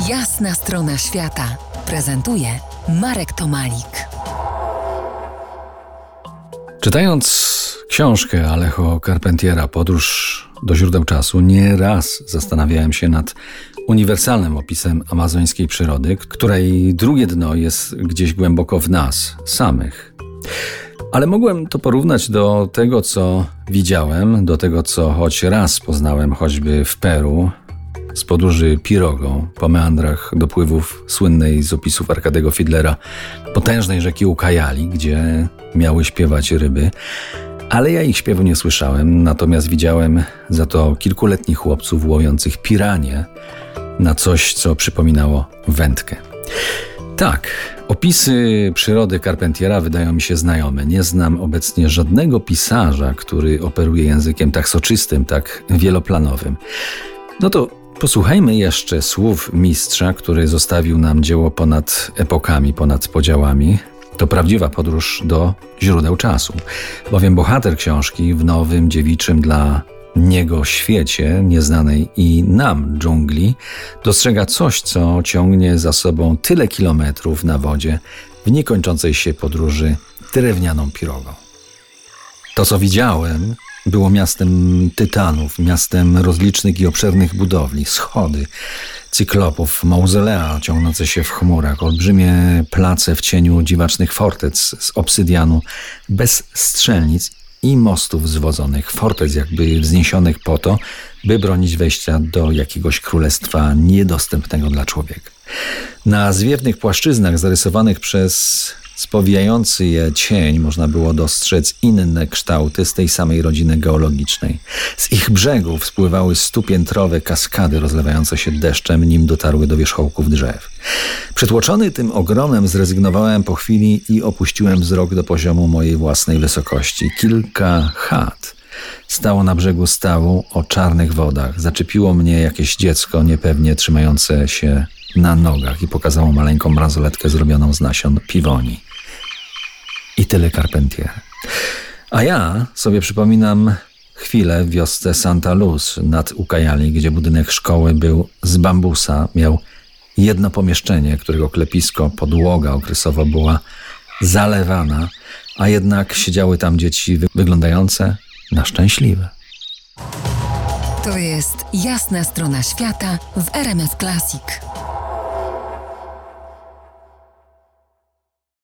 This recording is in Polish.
Jasna strona świata prezentuje Marek Tomalik. Czytając książkę Alejo Carpentiera Podróż do źródeł czasu, nieraz zastanawiałem się nad uniwersalnym opisem amazońskiej przyrody, której drugie dno jest gdzieś głęboko w nas samych. Ale mogłem to porównać do tego, co widziałem, do tego, co choć raz poznałem choćby w Peru, z podróży pirogą po meandrach dopływów słynnej z opisów Arkadiego Fidlera potężnej rzeki Ucayali, gdzie miały śpiewać ryby. Ale ja ich śpiewu nie słyszałem, natomiast widziałem za to kilkuletnich chłopców łowiących piranie na coś, co przypominało wędkę. Tak, opisy przyrody Carpentiera wydają mi się znajome. Nie znam obecnie żadnego pisarza, który operuje językiem tak soczystym, tak wieloplanowym. No to posłuchajmy jeszcze słów mistrza, który zostawił nam dzieło ponad epokami, ponad podziałami. To prawdziwa podróż do źródeł czasu, bowiem bohater książki w nowym, dziewiczym dla niego świecie, nieznanej i nam dżungli, dostrzega coś, co ciągnie za sobą tyle kilometrów na wodzie w niekończącej się podróży drewnianą pirogą. To, co widziałem, było miastem tytanów, miastem rozlicznych i obszernych budowli, schody, cyklopów, mauzolea ciągnące się w chmurach, olbrzymie place w cieniu dziwacznych fortec z obsydianu, bez strzelnic i mostów zwodzonych, fortec jakby wzniesionych po to, by bronić wejścia do jakiegoś królestwa niedostępnego dla człowieka. Na zwiewnych płaszczyznach zarysowanych przez spowijający je cień można było dostrzec inne kształty z tej samej rodziny geologicznej. Z ich brzegów spływały stupiętrowe kaskady rozlewające się deszczem, nim dotarły do wierzchołków drzew. Przytłoczony tym ogromem zrezygnowałem po chwili i opuściłem wzrok do poziomu mojej własnej wysokości. Kilka chat stało na brzegu stawu o czarnych wodach. Zaczepiło mnie jakieś dziecko niepewnie trzymające się na nogach i pokazało maleńką bransoletkę zrobioną z nasion piwoni. I tyle Carpentier. A ja sobie przypominam chwilę w wiosce Santa Luz nad Ucayali, gdzie budynek szkoły był z bambusa, miał jedno pomieszczenie, którego klepisko, podłoga okresowo była zalewana, a jednak siedziały tam dzieci wyglądające na szczęśliwe. To jest Jasna strona świata w RMF Classic.